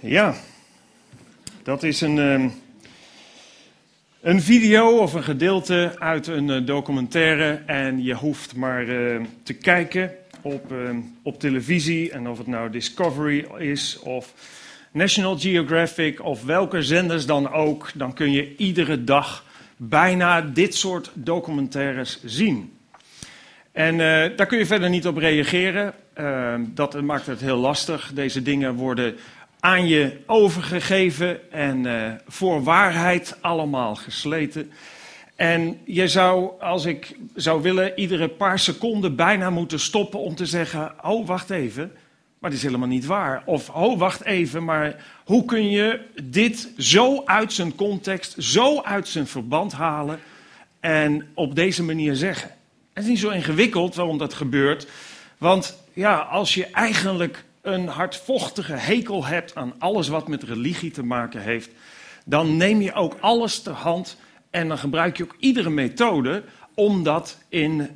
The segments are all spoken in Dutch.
Ja, dat is een video of een gedeelte uit een documentaire en je hoeft maar te kijken op televisie en of het nou Discovery is of National Geographic of welke zenders dan ook, dan kun je iedere dag bijna dit soort documentaires zien. En daar kun je verder niet op reageren, dat maakt het heel lastig. Deze dingen worden aan je overgegeven en voor waarheid allemaal gesleten. En je zou, als ik zou willen, iedere paar seconden bijna moeten stoppen om te zeggen, oh wacht even, maar dit is helemaal niet waar. Of oh wacht even, maar hoe kun je dit zo uit zijn context, zo uit zijn verband halen en op deze manier zeggen? Het is niet zo ingewikkeld waarom dat gebeurt, want ja, als je eigenlijk een hardvochtige hekel hebt aan alles wat met religie te maken heeft, dan neem je ook alles ter hand en dan gebruik je ook iedere methode om dat in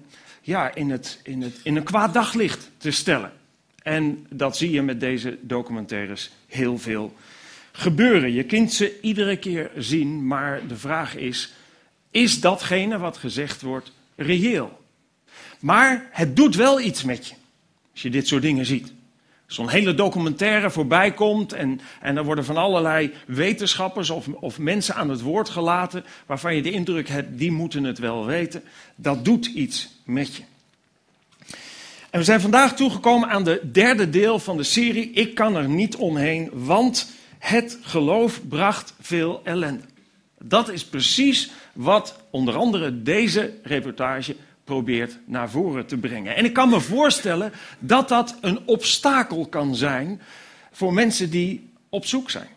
een kwaad daglicht te stellen. En dat zie je met deze documentaires heel veel gebeuren. Je kunt ze iedere keer zien, maar de vraag is datgene wat gezegd wordt reëel? Maar het doet wel iets met je, als je dit soort dingen ziet. Zo'n hele documentaire voorbij komt en er worden van allerlei wetenschappers of mensen aan het woord gelaten, waarvan je de indruk hebt, die moeten het wel weten. Dat doet iets met je. En we zijn vandaag toegekomen aan de derde deel van de serie. Ik kan er niet omheen, want het geloof bracht veel ellende. Dat is precies wat onder andere deze reportage probeert naar voren te brengen. En ik kan me voorstellen dat dat een obstakel kan zijn voor mensen die op zoek zijn.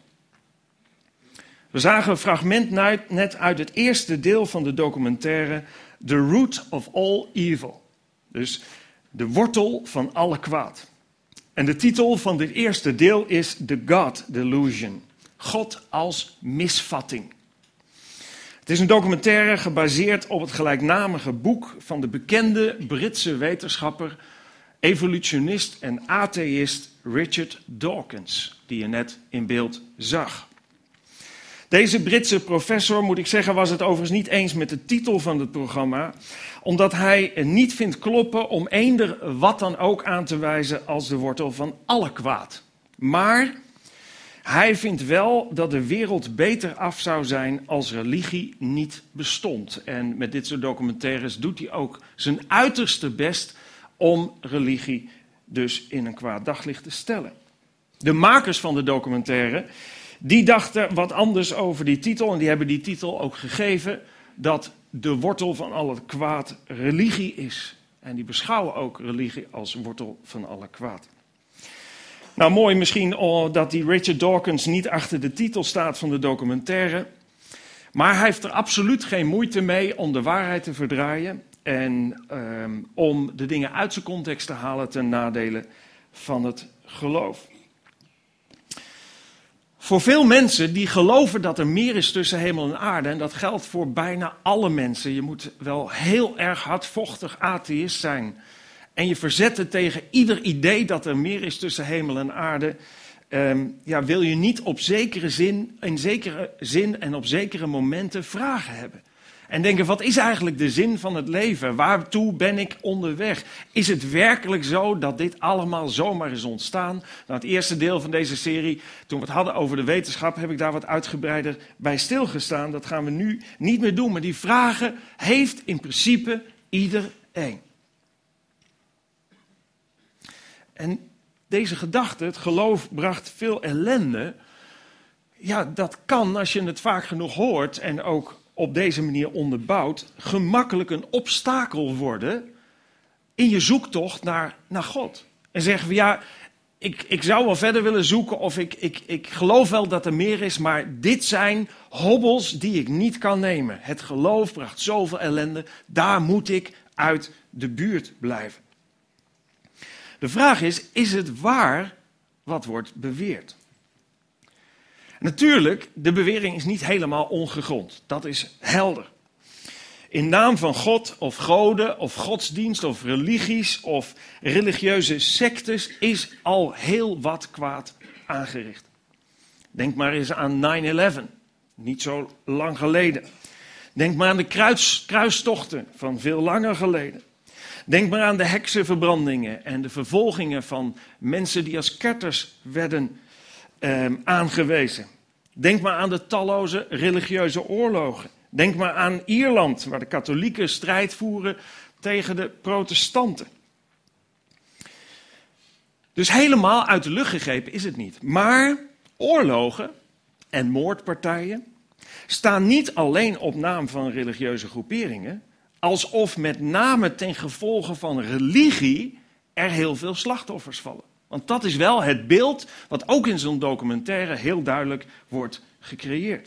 We zagen een fragment net uit het eerste deel van de documentaire The Root of All Evil. Dus de wortel van alle kwaad. En de titel van dit eerste deel is The God Delusion. God als misvatting. Het is een documentaire gebaseerd op het gelijknamige boek van de bekende Britse wetenschapper, evolutionist en atheïst Richard Dawkins, die je net in beeld zag. Deze Britse professor, moet ik zeggen, was het overigens niet eens met de titel van het programma, omdat hij niet vindt kloppen om eender wat dan ook aan te wijzen als de wortel van alle kwaad. Maar hij vindt wel dat de wereld beter af zou zijn als religie niet bestond. En met dit soort documentaires doet hij ook zijn uiterste best om religie dus in een kwaad daglicht te stellen. De makers van de documentaire, die dachten wat anders over die titel. En die hebben die titel ook gegeven dat de wortel van al het kwaad religie is. En die beschouwen ook religie als wortel van alle kwaad. Nou, mooi misschien dat die Richard Dawkins niet achter de titel staat van de documentaire. Maar hij heeft er absoluut geen moeite mee om de waarheid te verdraaien. En om de dingen uit zijn context te halen ten nadele van het geloof. Voor veel mensen die geloven dat er meer is tussen hemel en aarde, en dat geldt voor bijna alle mensen. Je moet wel heel erg hardvochtig atheïst zijn. En je verzetten tegen ieder idee dat er meer is tussen hemel en aarde. Wil je niet in zekere zin en op zekere momenten vragen hebben. En denken, wat is eigenlijk de zin van het leven? Waartoe ben ik onderweg? Is het werkelijk zo dat dit allemaal zomaar is ontstaan? Nou, het eerste deel van deze serie, toen we het hadden over de wetenschap, heb ik daar wat uitgebreider bij stilgestaan. Dat gaan we nu niet meer doen. Maar die vragen heeft in principe iedereen. En deze gedachte, het geloof bracht veel ellende. Ja, dat kan, als je het vaak genoeg hoort en ook op deze manier onderbouwt, gemakkelijk een obstakel worden in je zoektocht naar God. En zeggen we, ja, ik zou wel verder willen zoeken of ik geloof wel dat er meer is, maar dit zijn hobbels die ik niet kan nemen. Het geloof bracht zoveel ellende, daar moet ik uit de buurt blijven. De vraag is het waar wat wordt beweerd? Natuurlijk, de bewering is niet helemaal ongegrond. Dat is helder. In naam van God of goden of godsdienst of religies of religieuze sectes is al heel wat kwaad aangericht. Denk maar eens aan 9/11, niet zo lang geleden. Denk maar aan de kruistochten van veel langer geleden. Denk maar aan de heksenverbrandingen en de vervolgingen van mensen die als ketters werden aangewezen. Denk maar aan de talloze religieuze oorlogen. Denk maar aan Ierland, waar de katholieken strijd voeren tegen de protestanten. Dus helemaal uit de lucht gegrepen is het niet. Maar oorlogen en moordpartijen staan niet alleen op naam van religieuze groeperingen, alsof met name ten gevolge van religie er heel veel slachtoffers vallen. Want dat is wel het beeld wat ook in zo'n documentaire heel duidelijk wordt gecreëerd.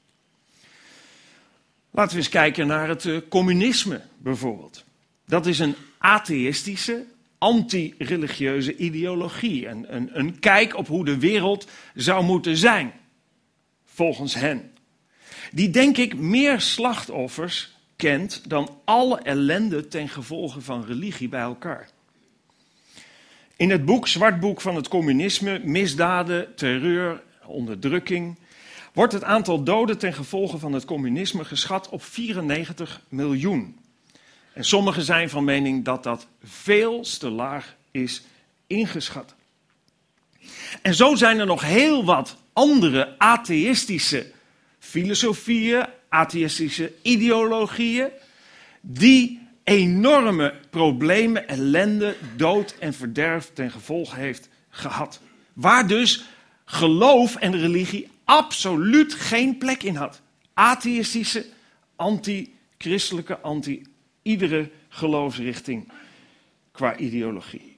Laten we eens kijken naar het communisme bijvoorbeeld. Dat is een atheïstische, anti-religieuze ideologie. Een kijk op hoe de wereld zou moeten zijn, volgens hen. Die denk ik meer slachtoffers kent dan alle ellende ten gevolge van religie bij elkaar. In het boek, Zwart Boek van het communisme, misdaden, terreur, onderdrukking, wordt het aantal doden ten gevolge van het communisme geschat op 94 miljoen. En sommigen zijn van mening dat dat veel te laag is ingeschat. En zo zijn er nog heel wat andere atheïstische filosofieën, atheïstische ideologieën, die enorme problemen, ellende, dood en verderf ten gevolge heeft gehad. Waar dus geloof en religie absoluut geen plek in had. Atheïstische, anti-christelijke, anti-iedere geloofsrichting qua ideologie.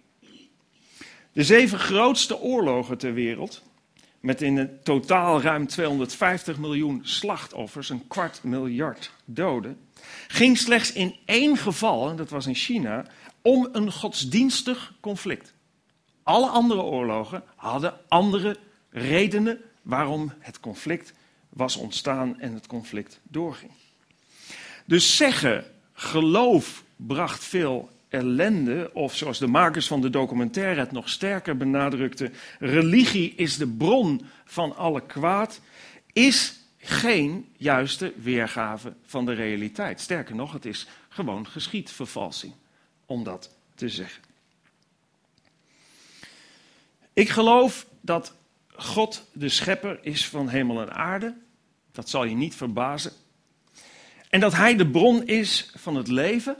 De 7 grootste oorlogen ter wereld, met in het totaal ruim 250 miljoen slachtoffers, 250 miljoen doden, ging slechts in 1 geval, en dat was in China, om een godsdienstig conflict. Alle andere oorlogen hadden andere redenen waarom het conflict was ontstaan en het conflict doorging. Dus zeggen, geloof bracht veel ellende, of zoals de makers van de documentaire het nog sterker benadrukten, religie is de bron van alle kwaad, is geen juiste weergave van de realiteit. Sterker nog, het is gewoon geschiedvervalsing, om dat te zeggen. Ik geloof dat God de schepper is van hemel en aarde. Dat zal je niet verbazen. En dat hij de bron is van het leven.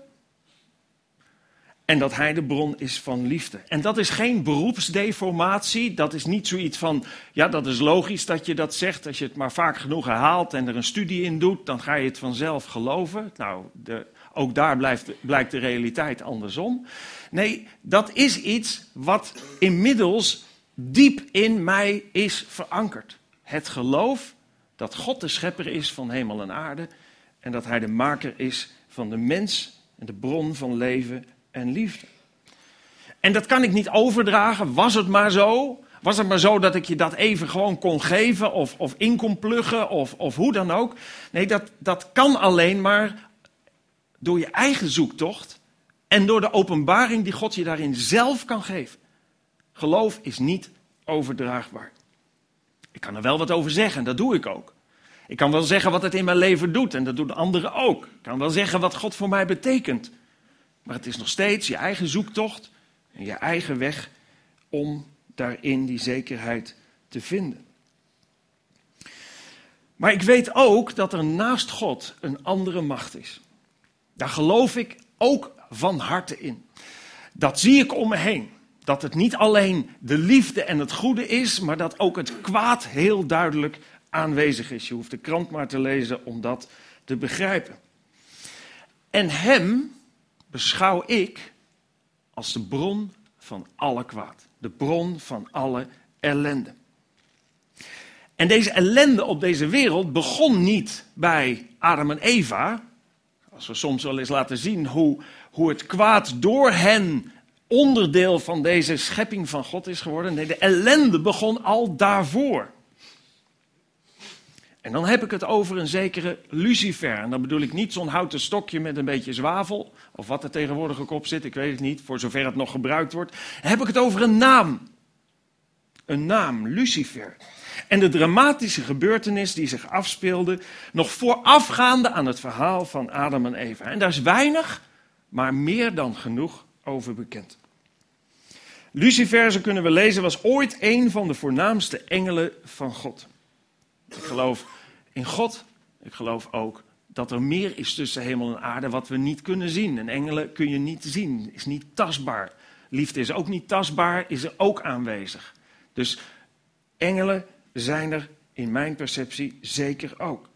En dat hij de bron is van liefde. En dat is geen beroepsdeformatie. Dat is niet zoiets van, ja, dat is logisch dat je dat zegt. Als je het maar vaak genoeg herhaalt en er een studie in doet, dan ga je het vanzelf geloven. Nou, ook daar blijkt de realiteit andersom. Nee, dat is iets wat inmiddels diep in mij is verankerd. Het geloof dat God de schepper is van hemel en aarde en dat hij de maker is van de mens en de bron van leven en liefde. En dat kan ik niet overdragen. Was het maar zo? Was het maar zo dat ik je dat even gewoon kon geven of in kon pluggen of hoe dan ook? Nee, dat kan alleen maar door je eigen zoektocht en door de openbaring die God je daarin zelf kan geven. Geloof is niet overdraagbaar. Ik kan er wel wat over zeggen en dat doe ik ook. Ik kan wel zeggen wat het in mijn leven doet en dat doen anderen ook. Ik kan wel zeggen wat God voor mij betekent. Maar het is nog steeds je eigen zoektocht en je eigen weg om daarin die zekerheid te vinden. Maar ik weet ook dat er naast God een andere macht is. Daar geloof ik ook van harte in. Dat zie ik om me heen. Dat het niet alleen de liefde en het goede is, maar dat ook het kwaad heel duidelijk aanwezig is. Je hoeft de krant maar te lezen om dat te begrijpen. En hem beschouw ik als de bron van alle kwaad. De bron van alle ellende. En deze ellende op deze wereld begon niet bij Adam en Eva. Als we soms wel eens laten zien hoe het kwaad door hen onderdeel van deze schepping van God is geworden. Nee, de ellende begon al daarvoor. En dan heb ik het over een zekere Lucifer. En dan bedoel ik niet zo'n houten stokje met een beetje zwavel. Of wat er tegenwoordig ook op zit, ik weet het niet. Voor zover het nog gebruikt wordt. Dan heb ik het over een naam. Een naam, Lucifer. En de dramatische gebeurtenis die zich afspeelde nog voorafgaande aan het verhaal van Adam en Eva. En daar is weinig, maar meer dan genoeg over bekend. Lucifer, zo kunnen we lezen, was ooit een van de voornaamste engelen van God. Ik geloof in God. Ik geloof ook dat er meer is tussen hemel en aarde wat we niet kunnen zien. En engelen kun je niet zien, is niet tastbaar. Liefde is ook niet tastbaar, is er ook aanwezig. Dus engelen zijn er in mijn perceptie zeker ook.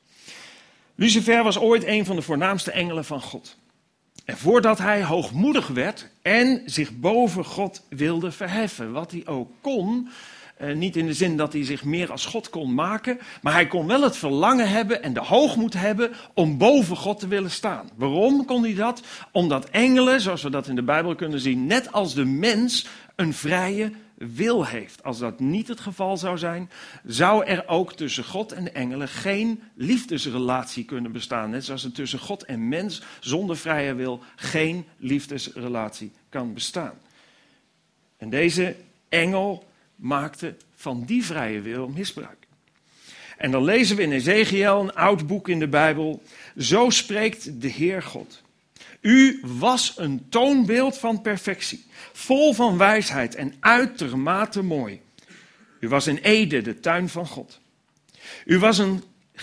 Lucifer was ooit een van de voornaamste engelen van God. En voordat hij hoogmoedig werd en zich boven God wilde verheffen, wat hij ook kon, niet in de zin dat hij zich meer als God kon maken, maar hij kon wel het verlangen hebben en de hoogmoed hebben om boven God te willen staan. Waarom kon hij dat? Omdat engelen, zoals we dat in de Bijbel kunnen zien, net als de mens een vrije wil heeft. Als dat niet het geval zou zijn, zou er ook tussen God en de engelen geen liefdesrelatie kunnen bestaan. Net zoals er tussen God en mens zonder vrije wil geen liefdesrelatie kan bestaan. En deze engel maakte van die vrije wil misbruik. En dan lezen we in Ezechiël, een oud boek in de Bijbel, zo spreekt de Heer God. U was een toonbeeld van perfectie, vol van wijsheid en uitermate mooi. U was in Eden, de tuin van God. U was een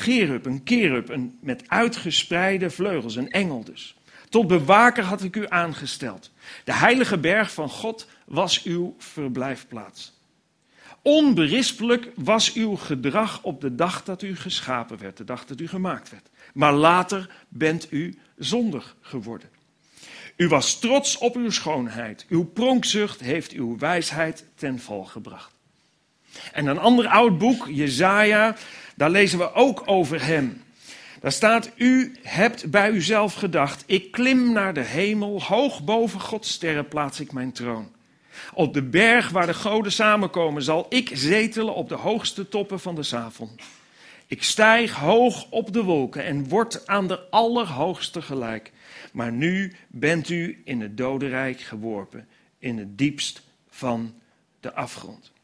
kerub, met uitgespreide vleugels, een engel dus. Tot bewaker had ik u aangesteld. De heilige berg van God was uw verblijfplaats. Onberispelijk was uw gedrag op de dag dat u geschapen werd, de dag dat u gemaakt werd. Maar later bent u zondig geworden. U was trots op uw schoonheid. Uw pronkzucht heeft uw wijsheid ten val gebracht. En een ander oud boek, Jesaja, daar lezen we ook over hem. Daar staat, u hebt bij uzelf gedacht, ik klim naar de hemel, hoog boven Gods sterren plaats ik mijn troon. Op de berg waar de goden samenkomen zal ik zetelen op de hoogste toppen van de Savon. Ik stijg hoog op de wolken en word aan de Allerhoogste gelijk. Maar nu bent u in het dodenrijk geworpen, in het diepst van de afgrond.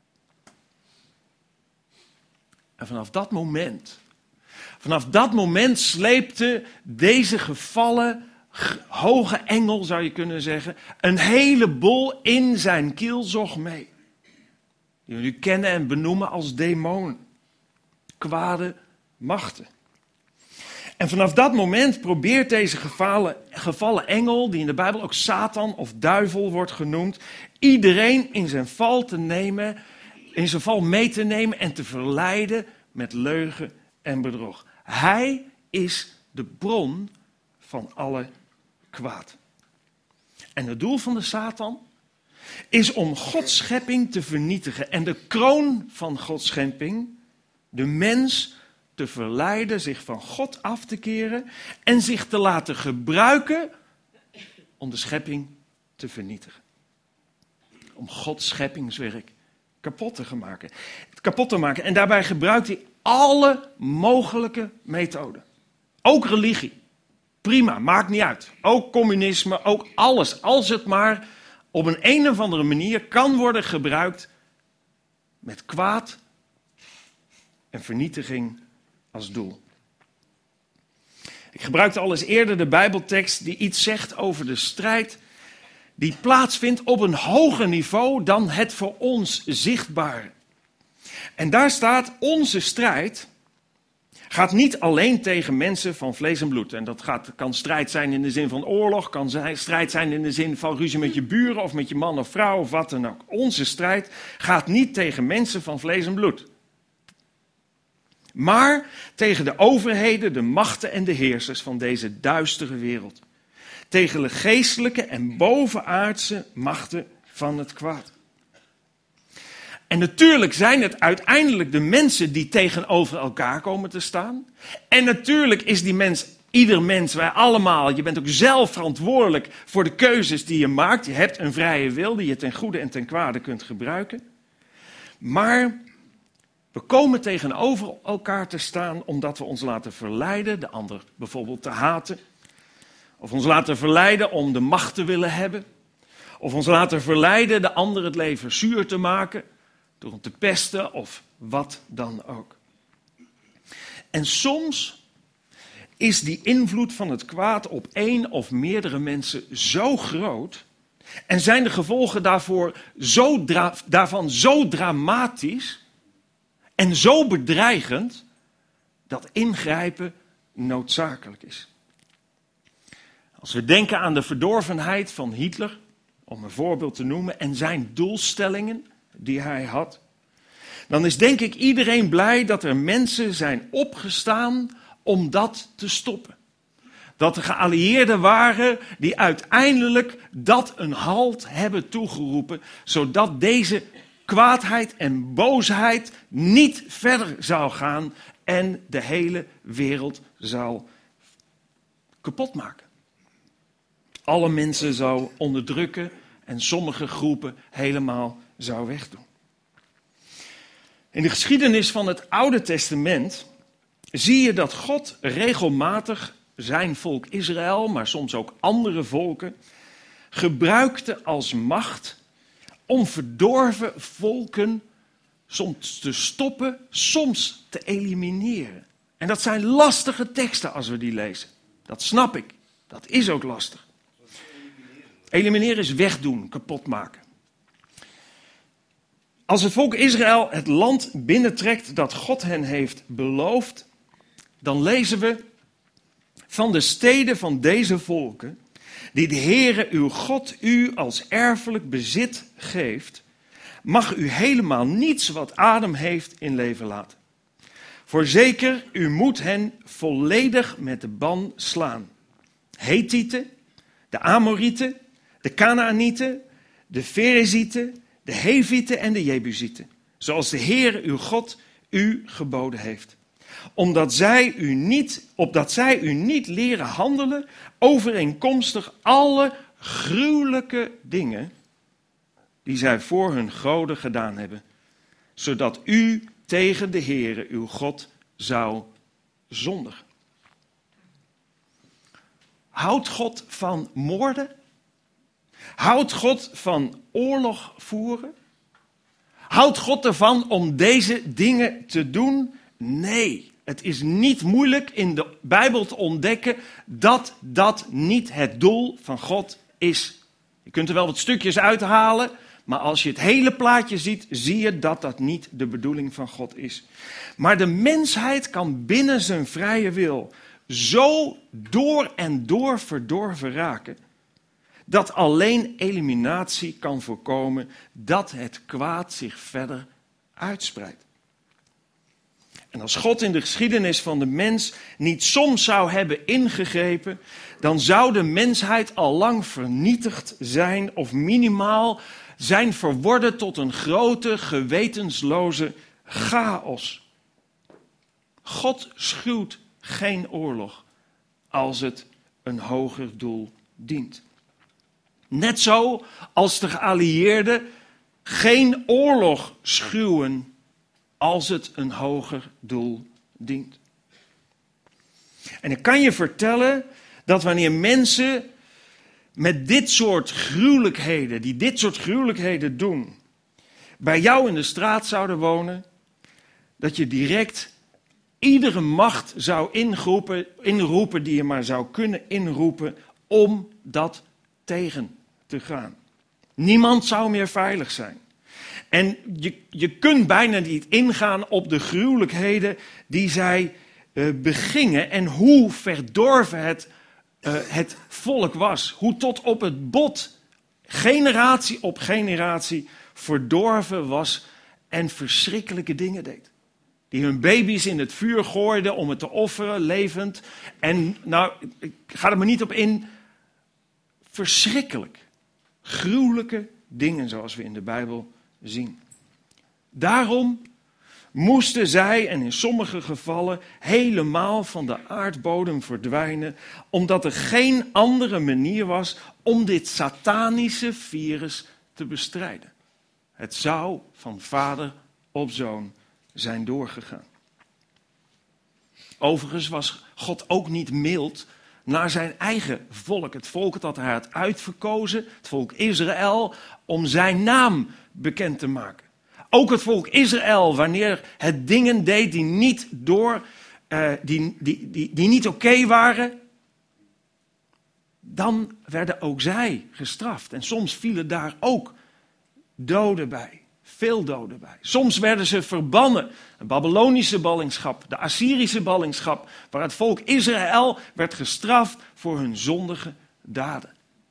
En vanaf dat moment sleepte deze gevallen hoge engel, zou je kunnen zeggen, een heleboel in zijn kielzog mee. Die we nu kennen en benoemen als demonen. Kwade machten. En vanaf dat moment probeert deze gevallen engel, die in de Bijbel ook Satan of duivel wordt genoemd, iedereen in zijn val mee te nemen en te verleiden met leugen en bedrog. Hij is de bron van alle kwaad. En het doel van de Satan is om Gods schepping te vernietigen en de kroon van Gods schepping, de mens, te verleiden zich van God af te keren en zich te laten gebruiken om de schepping te vernietigen. Om Gods scheppingswerk kapot te maken. En daarbij gebruikt hij alle mogelijke methoden. Ook religie. Prima, maakt niet uit. Ook communisme, ook alles. Als het maar op een of andere manier kan worden gebruikt met kwaad en vernietiging als doel. Ik gebruikte al eens eerder de Bijbeltekst die iets zegt over de strijd die plaatsvindt op een hoger niveau dan het voor ons zichtbare. En daar staat, onze strijd gaat niet alleen tegen mensen van vlees en bloed. En dat kan strijd zijn in de zin van oorlog, kan strijd zijn in de zin van ruzie met je buren of met je man of vrouw of wat dan ook. Onze strijd gaat niet tegen mensen van vlees en bloed. Maar tegen de overheden, de machten en de heersers van deze duistere wereld. Tegen de geestelijke en bovenaardse machten van het kwaad. En natuurlijk zijn het uiteindelijk de mensen die tegenover elkaar komen te staan. En natuurlijk is die mens, ieder mens, wij allemaal, je bent ook zelf verantwoordelijk voor de keuzes die je maakt. Je hebt een vrije wil die je ten goede en ten kwade kunt gebruiken. Maar we komen tegenover elkaar te staan omdat we ons laten verleiden, de ander bijvoorbeeld te haten. Of ons laten verleiden om de macht te willen hebben. Of ons laten verleiden de ander het leven zuur te maken door hem te pesten of wat dan ook. En soms is die invloed van het kwaad op één of meerdere mensen zo groot en zijn de gevolgen daarvan zo dramatisch en zo bedreigend dat ingrijpen noodzakelijk is. Als we denken aan de verdorvenheid van Hitler, om een voorbeeld te noemen, en zijn doelstellingen die hij had, dan is denk ik iedereen blij dat er mensen zijn opgestaan om dat te stoppen. Dat er geallieerden waren die uiteindelijk dat een halt hebben toegeroepen, zodat deze kwaadheid en boosheid niet verder zou gaan en de hele wereld zou kapot maken. Alle mensen zou onderdrukken en sommige groepen helemaal zou wegdoen. In de geschiedenis van het Oude Testament zie je dat God regelmatig zijn volk Israël, maar soms ook andere volken, gebruikte als macht om verdorven volken soms te stoppen, soms te elimineren. En dat zijn lastige teksten als we die lezen. Dat snap ik. Dat is ook lastig. Elimineren is wegdoen, kapot maken. Als het volk Israël het land binnentrekt dat God hen heeft beloofd, dan lezen we van de steden van deze volken, die de Heere uw God u als erfelijk bezit geeft, mag u helemaal niets wat adem heeft in leven laten. Voorzeker, u moet hen volledig met de ban slaan. Hethieten, de Amorieten, de Kanaanieten, de Ferezieten, de Hevieten en de Jebusieten, zoals de Heere uw God u geboden heeft. Opdat zij u niet leren handelen overeenkomstig alle gruwelijke dingen die zij voor hun goden gedaan hebben, zodat u tegen de Heere uw God zou zondigen. Houdt God van moorden? Houdt God van oorlog voeren? Houdt God ervan om deze dingen te doen? Nee, het is niet moeilijk in de Bijbel te ontdekken dat dat niet het doel van God is. Je kunt er wel wat stukjes uithalen, maar als je het hele plaatje ziet, zie je dat dat niet de bedoeling van God is. Maar de mensheid kan binnen zijn vrije wil zo door en door verdorven raken, dat alleen eliminatie kan voorkomen dat het kwaad zich verder uitspreidt. En als God in de geschiedenis van de mens niet soms zou hebben ingegrepen, dan zou de mensheid al lang vernietigd zijn of minimaal zijn verworden tot een grote, gewetensloze chaos. God schuwt geen oorlog als het een hoger doel dient. Net zo als de geallieerden geen oorlog schuwen als het een hoger doel dient. En ik kan je vertellen dat wanneer mensen met dit soort gruwelijkheden, die dit soort gruwelijkheden doen, bij jou in de straat zouden wonen, dat je direct iedere macht zou inroepen die je maar zou kunnen inroepen om dat tegen te gaan. Niemand zou meer veilig zijn. En je kunt bijna niet ingaan op de gruwelijkheden die zij begingen en hoe verdorven het volk was. Hoe tot op het bot generatie op generatie verdorven was en verschrikkelijke dingen deed. Die hun baby's in het vuur gooiden om het te offeren, levend. En nou, ik ga er maar niet op in. Verschrikkelijk. Gruwelijke dingen zoals we in de Bijbel zien. Daarom moesten zij, en in sommige gevallen, helemaal van de aardbodem verdwijnen, omdat er geen andere manier was om dit satanische virus te bestrijden. Het zou van vader op zoon zijn doorgegaan. Overigens was God ook niet mild naar zijn eigen volk. Het volk dat hij had uitverkozen, het volk Israël, om zijn naam bekend te maken. Ook het volk Israël, wanneer het dingen deed die niet, die niet oké waren, dan werden ook zij gestraft. En soms vielen daar ook doden bij. Veel doden bij. Soms werden ze verbannen. De Babylonische ballingschap, de Assyrische ballingschap, waar het volk Israël werd gestraft voor hun zondige daden.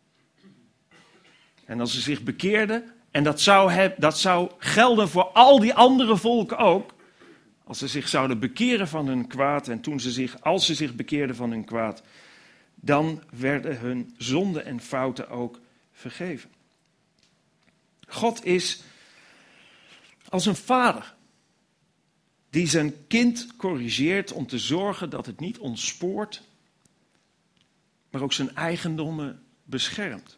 En als ze zich bekeerden, en dat zou gelden voor al die andere volken ook, als ze zich zouden bekeren van hun kwaad, en als ze zich bekeerden van hun kwaad, dan werden hun zonden en fouten ook vergeven. God is als een vader die zijn kind corrigeert om te zorgen dat het niet ontspoort, maar ook zijn eigendommen beschermt.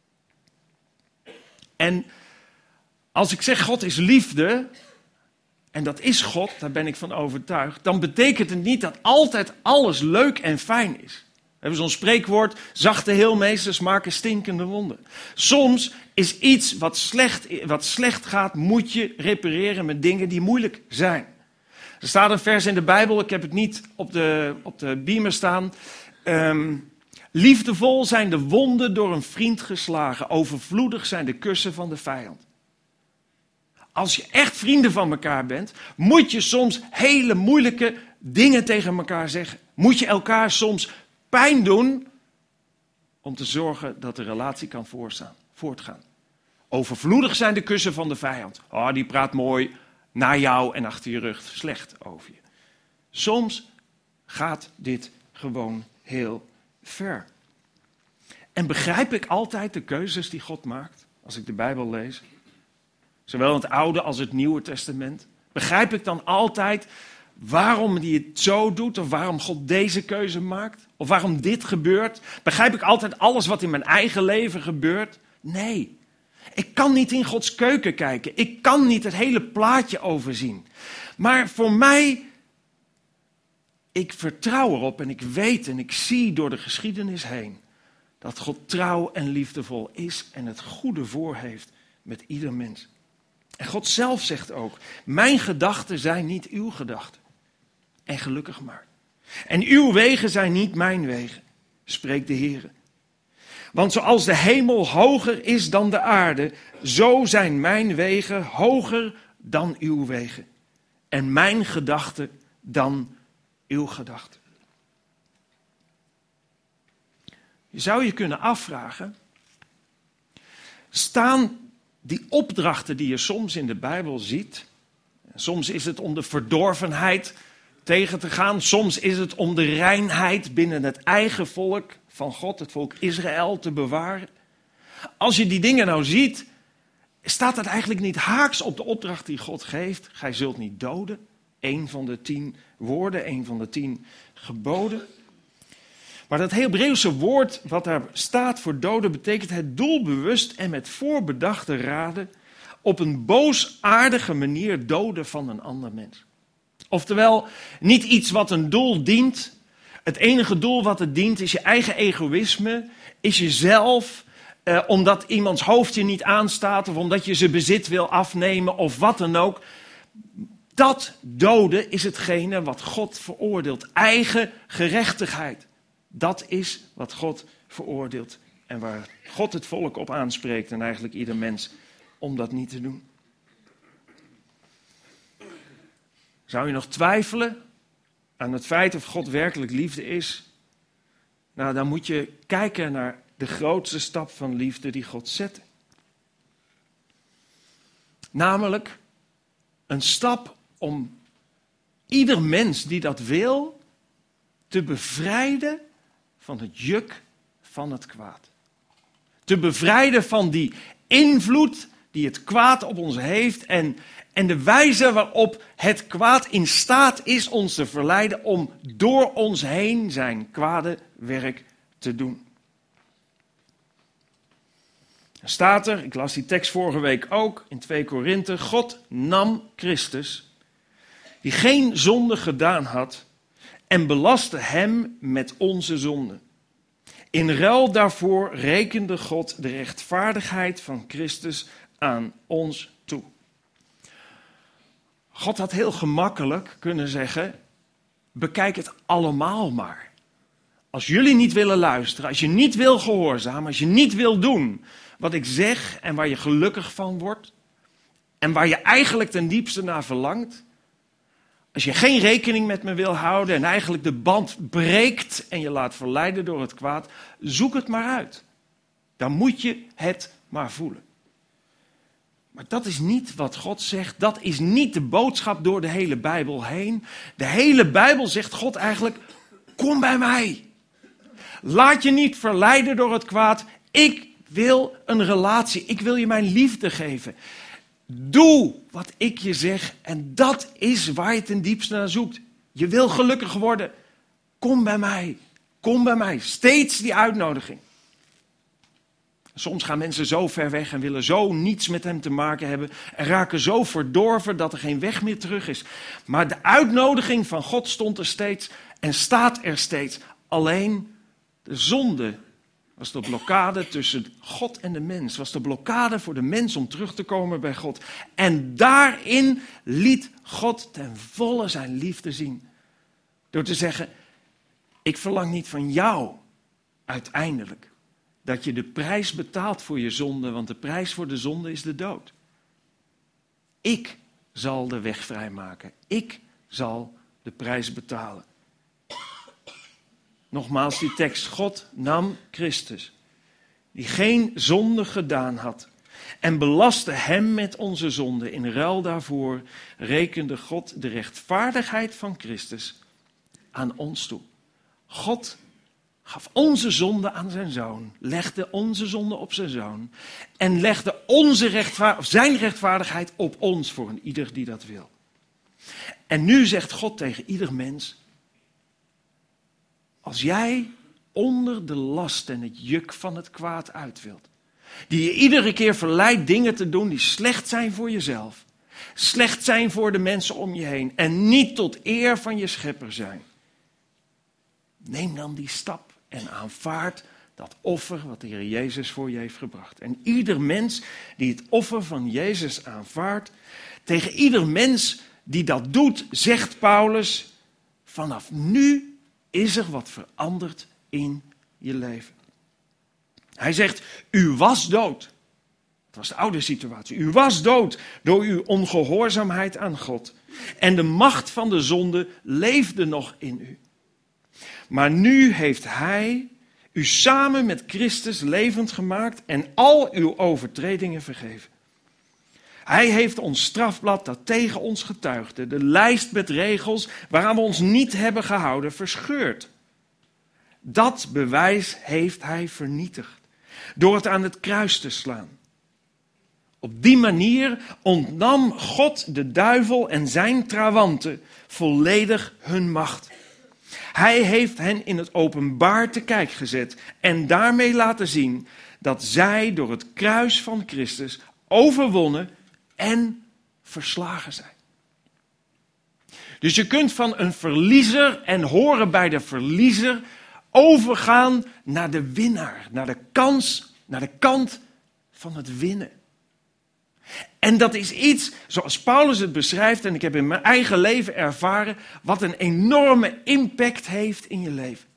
En als ik zeg God is liefde, en dat is God, daar ben ik van overtuigd, dan betekent het niet dat altijd alles leuk en fijn is. We hebben zo'n spreekwoord, zachte heelmeesters maken stinkende wonden. Soms is iets wat slecht gaat, moet je repareren met dingen die moeilijk zijn. Er staat een vers in de Bijbel, ik heb het niet op de beamer staan. Liefdevol zijn de wonden door een vriend geslagen, overvloedig zijn de kussen van de vijand. Als je echt vrienden van elkaar bent, moet je soms hele moeilijke dingen tegen elkaar zeggen. Moet je elkaar soms pijn doen om te zorgen dat de relatie kan voortgaan. Overvloedig zijn de kussen van de vijand. Oh, die praat mooi naar jou en achter je rug slecht over je. Soms gaat dit gewoon heel ver. En begrijp ik altijd de keuzes die God maakt als ik de Bijbel lees? Zowel in het Oude als het Nieuwe Testament. Begrijp ik dan altijd waarom hij het zo doet? Of waarom God deze keuze maakt? Of waarom dit gebeurt? Begrijp ik altijd alles wat in mijn eigen leven gebeurt? Nee. Ik kan niet in Gods keuken kijken. Ik kan niet het hele plaatje overzien. Maar voor mij, ik vertrouw erop en ik weet en ik zie door de geschiedenis heen dat God trouw en liefdevol is en het goede voor heeft met ieder mens. En God zelf zegt ook, mijn gedachten zijn niet uw gedachten. En gelukkig maar. En uw wegen zijn niet mijn wegen, spreekt de Heer. Want zoals de hemel hoger is dan de aarde, zo zijn mijn wegen hoger dan uw wegen. En mijn gedachten dan uw gedachten. Je zou je kunnen afvragen, staan die opdrachten die je soms in de Bijbel ziet, soms is het om de verdorvenheid tegen te gaan, soms is het om de reinheid binnen het eigen volk van God, het volk Israël, te bewaren. Als je die dingen nou ziet, staat dat eigenlijk niet haaks op de opdracht die God geeft. Gij zult niet doden, 1 van de 10 woorden, 1 van de 10 geboden. Maar dat Hebreeuwse woord wat daar staat voor doden betekent het doelbewust en met voorbedachte raden op een boosaardige manier doden van een ander mens. Oftewel, niet iets wat een doel dient. Het enige doel wat het dient is je eigen egoïsme, is jezelf, omdat iemands hoofd je niet aanstaat of omdat je zijn bezit wil afnemen of wat dan ook. Dat doden is hetgene wat God veroordeelt. Eigen gerechtigheid. Dat is wat God veroordeelt en waar God het volk op aanspreekt en eigenlijk ieder mens om dat niet te doen. Zou je nog twijfelen aan het feit of God werkelijk liefde is? Nou, dan moet je kijken naar de grootste stap van liefde die God zette. Namelijk een stap om ieder mens die dat wil te bevrijden van het juk van het kwaad. Te bevrijden van die invloed die het kwaad op ons heeft en de wijze waarop het kwaad in staat is ons te verleiden om door ons heen zijn kwade werk te doen. Er staat er, ik las die tekst vorige week ook in 2 Korinthe, God nam Christus, die geen zonde gedaan had, en belastte hem met onze zonden. In ruil daarvoor rekende God de rechtvaardigheid van Christus aan ons toe. God had heel gemakkelijk kunnen zeggen, bekijk het allemaal maar. Als jullie niet willen luisteren, als je niet wil gehoorzamen, als je niet wil doen wat ik zeg en waar je gelukkig van wordt en waar je eigenlijk ten diepste naar verlangt, als je geen rekening met me wil houden en eigenlijk de band breekt en je laat verleiden door het kwaad, zoek het maar uit. Dan moet je het maar voelen. Maar dat is niet wat God zegt. Dat is niet de boodschap door de hele Bijbel heen. De hele Bijbel zegt God eigenlijk, kom bij mij. Laat je niet verleiden door het kwaad. Ik wil een relatie. Ik wil je mijn liefde geven. Doe wat ik je zeg en dat is waar je ten diepste naar zoekt. Je wil gelukkig worden. Kom bij mij. Kom bij mij. Steeds die uitnodiging. Soms gaan mensen zo ver weg en willen zo niets met hem te maken hebben en raken zo verdorven dat er geen weg meer terug is. Maar de uitnodiging van God stond er steeds en staat er steeds. Alleen de zonde was de blokkade tussen God en de mens. Was de blokkade voor de mens om terug te komen bij God. En daarin liet God ten volle zijn liefde zien. Door te zeggen, ik verlang niet van jou uiteindelijk dat je de prijs betaalt voor je zonde, want de prijs voor de zonde is de dood. Ik zal de weg vrijmaken. Ik zal de prijs betalen. Nogmaals die tekst. God nam Christus, die geen zonde gedaan had, en belastte hem met onze zonde. In ruil daarvoor rekende God de rechtvaardigheid van Christus aan ons toe. God gaf onze zonde aan zijn zoon, legde onze zonde op zijn zoon en legde zijn rechtvaardigheid op ons voor een ieder die dat wil. En nu zegt God tegen ieder mens, als jij onder de last en het juk van het kwaad uit wilt, die je iedere keer verleidt dingen te doen die slecht zijn voor jezelf, slecht zijn voor de mensen om je heen en niet tot eer van je schepper zijn, neem dan die stap en aanvaard dat offer wat de Heer Jezus voor je heeft gebracht. En ieder mens die het offer van Jezus aanvaardt, tegen ieder mens die dat doet, zegt Paulus, vanaf nu is er wat veranderd in je leven. Hij zegt, u was dood. Dat was de oude situatie. U was dood door uw ongehoorzaamheid aan God. En de macht van de zonde leefde nog in u. Maar nu heeft hij u samen met Christus levend gemaakt en al uw overtredingen vergeven. Hij heeft ons strafblad dat tegen ons getuigde, de lijst met regels waaraan we ons niet hebben gehouden, verscheurd. Dat bewijs heeft hij vernietigd door het aan het kruis te slaan. Op die manier ontnam God de duivel en zijn trawanten volledig hun macht. Hij heeft hen in het openbaar te kijk gezet en daarmee laten zien dat zij door het kruis van Christus overwonnen en verslagen zijn. Dus je kunt van een verliezer en horen bij de verliezer overgaan naar de winnaar, naar de kant van het winnen. En dat is iets, zoals Paulus het beschrijft, en ik heb in mijn eigen leven ervaren, wat een enorme impact heeft in je leven.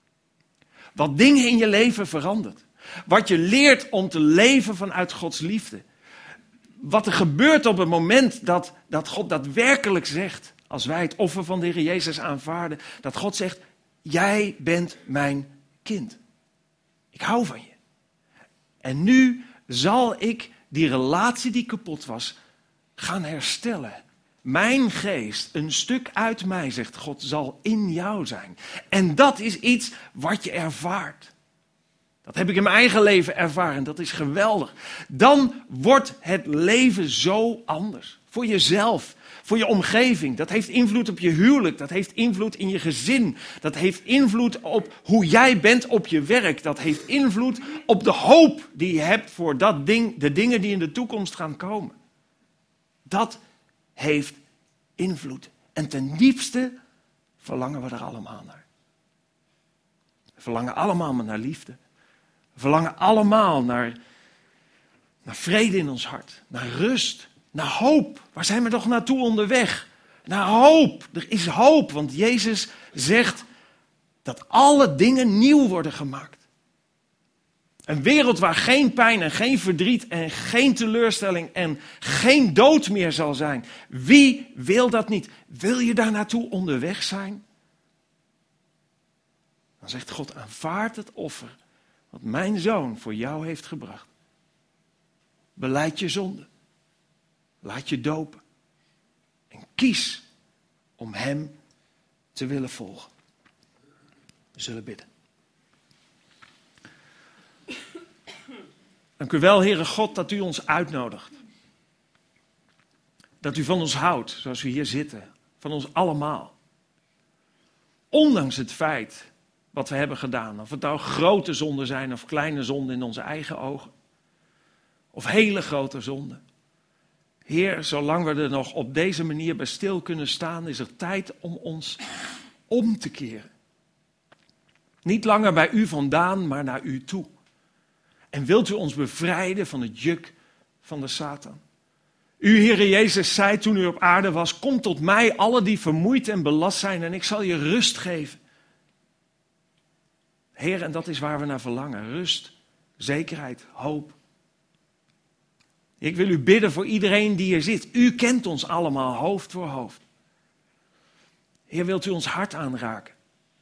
Wat dingen in je leven verandert. Wat je leert om te leven vanuit Gods liefde. Wat er gebeurt op het moment dat God daadwerkelijk zegt, als wij het offer van de Heer Jezus aanvaarden, dat God zegt, jij bent mijn kind. Ik hou van je. En nu zal ik die relatie die kapot was, gaan herstellen. Mijn geest, een stuk uit mij, zegt God, zal in jou zijn. En dat is iets wat je ervaart. Dat heb ik in mijn eigen leven ervaren. Dat is geweldig. Dan wordt het leven zo anders. Voor jezelf, voor je omgeving. Dat heeft invloed op je huwelijk. Dat heeft invloed in je gezin. Dat heeft invloed op hoe jij bent op je werk. Dat heeft invloed op de hoop die je hebt voor dat ding, de dingen die in de toekomst gaan komen. Dat heeft invloed. En ten diepste verlangen we er allemaal naar. We verlangen allemaal naar liefde. We verlangen allemaal naar vrede in ons hart. Naar rust. Naar hoop. Waar zijn we toch naartoe onderweg? Naar hoop. Er is hoop, want Jezus zegt dat alle dingen nieuw worden gemaakt. Een wereld waar geen pijn en geen verdriet en geen teleurstelling en geen dood meer zal zijn. Wie wil dat niet? Wil je daar naartoe onderweg zijn? Dan zegt God, aanvaard het offer wat mijn zoon voor jou heeft gebracht. Belijd je zonde. Laat je dopen. En kies om hem te willen volgen. We zullen bidden. Dank u wel, Heere God, dat u ons uitnodigt. Dat u van ons houdt, zoals we hier zitten. Van ons allemaal. Ondanks het feit wat we hebben gedaan. Of het nou grote zonden zijn of kleine zonden in onze eigen ogen. Of hele grote zonden. Heer, zolang we er nog op deze manier bij stil kunnen staan, is er tijd om ons om te keren. Niet langer bij u vandaan, maar naar u toe. En wilt u ons bevrijden van het juk van de Satan? U, Heere Jezus, zei toen u op aarde was, kom tot mij, alle die vermoeid en belast zijn, en ik zal je rust geven. Heer, en dat is waar we naar verlangen. Rust, zekerheid, hoop. Ik wil u bidden voor iedereen die hier zit. U kent ons allemaal, hoofd voor hoofd. Heer, wilt u ons hart aanraken?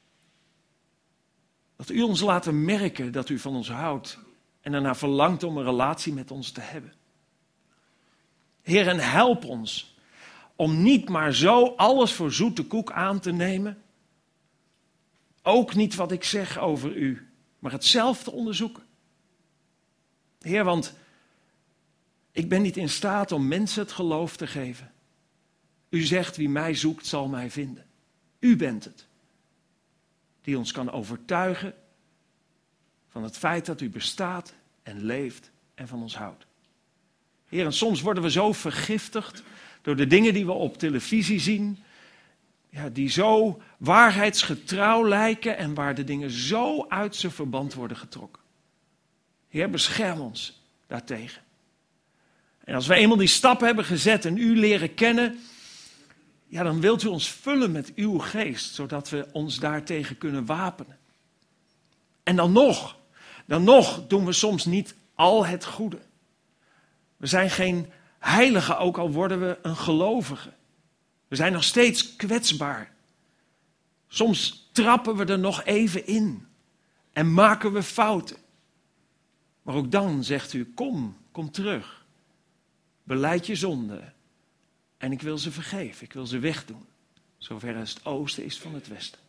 Dat u ons laat merken dat u van ons houdt en ernaar verlangt om een relatie met ons te hebben. Heer, en help ons om niet maar zo alles voor zoete koek aan te nemen. Ook niet wat ik zeg over u, maar het zelf te onderzoeken. Heer, want ik ben niet in staat om mensen het geloof te geven. U zegt, wie mij zoekt zal mij vinden. U bent het die ons kan overtuigen van het feit dat u bestaat en leeft en van ons houdt. Heer, en soms worden we zo vergiftigd door de dingen die we op televisie zien, ja, die zo waarheidsgetrouw lijken en waar de dingen zo uit zijn verband worden getrokken. Heer, bescherm ons daartegen. En als we eenmaal die stap hebben gezet en u leren kennen, ja, dan wilt u ons vullen met uw geest, zodat we ons daartegen kunnen wapenen. En dan nog doen we soms niet al het goede. We zijn geen heilige, ook al worden we een gelovige. We zijn nog steeds kwetsbaar. Soms trappen we er nog even in en maken we fouten. Maar ook dan zegt u, kom terug. Belijd je zonde en ik wil ze vergeven, ik wil ze wegdoen. Zover als het oosten is van het westen.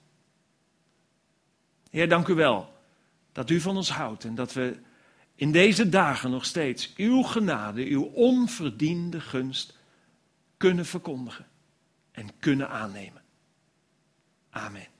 Heer, dank u wel dat u van ons houdt en dat we in deze dagen nog steeds uw genade, uw onverdiende gunst kunnen verkondigen en kunnen aannemen. Amen.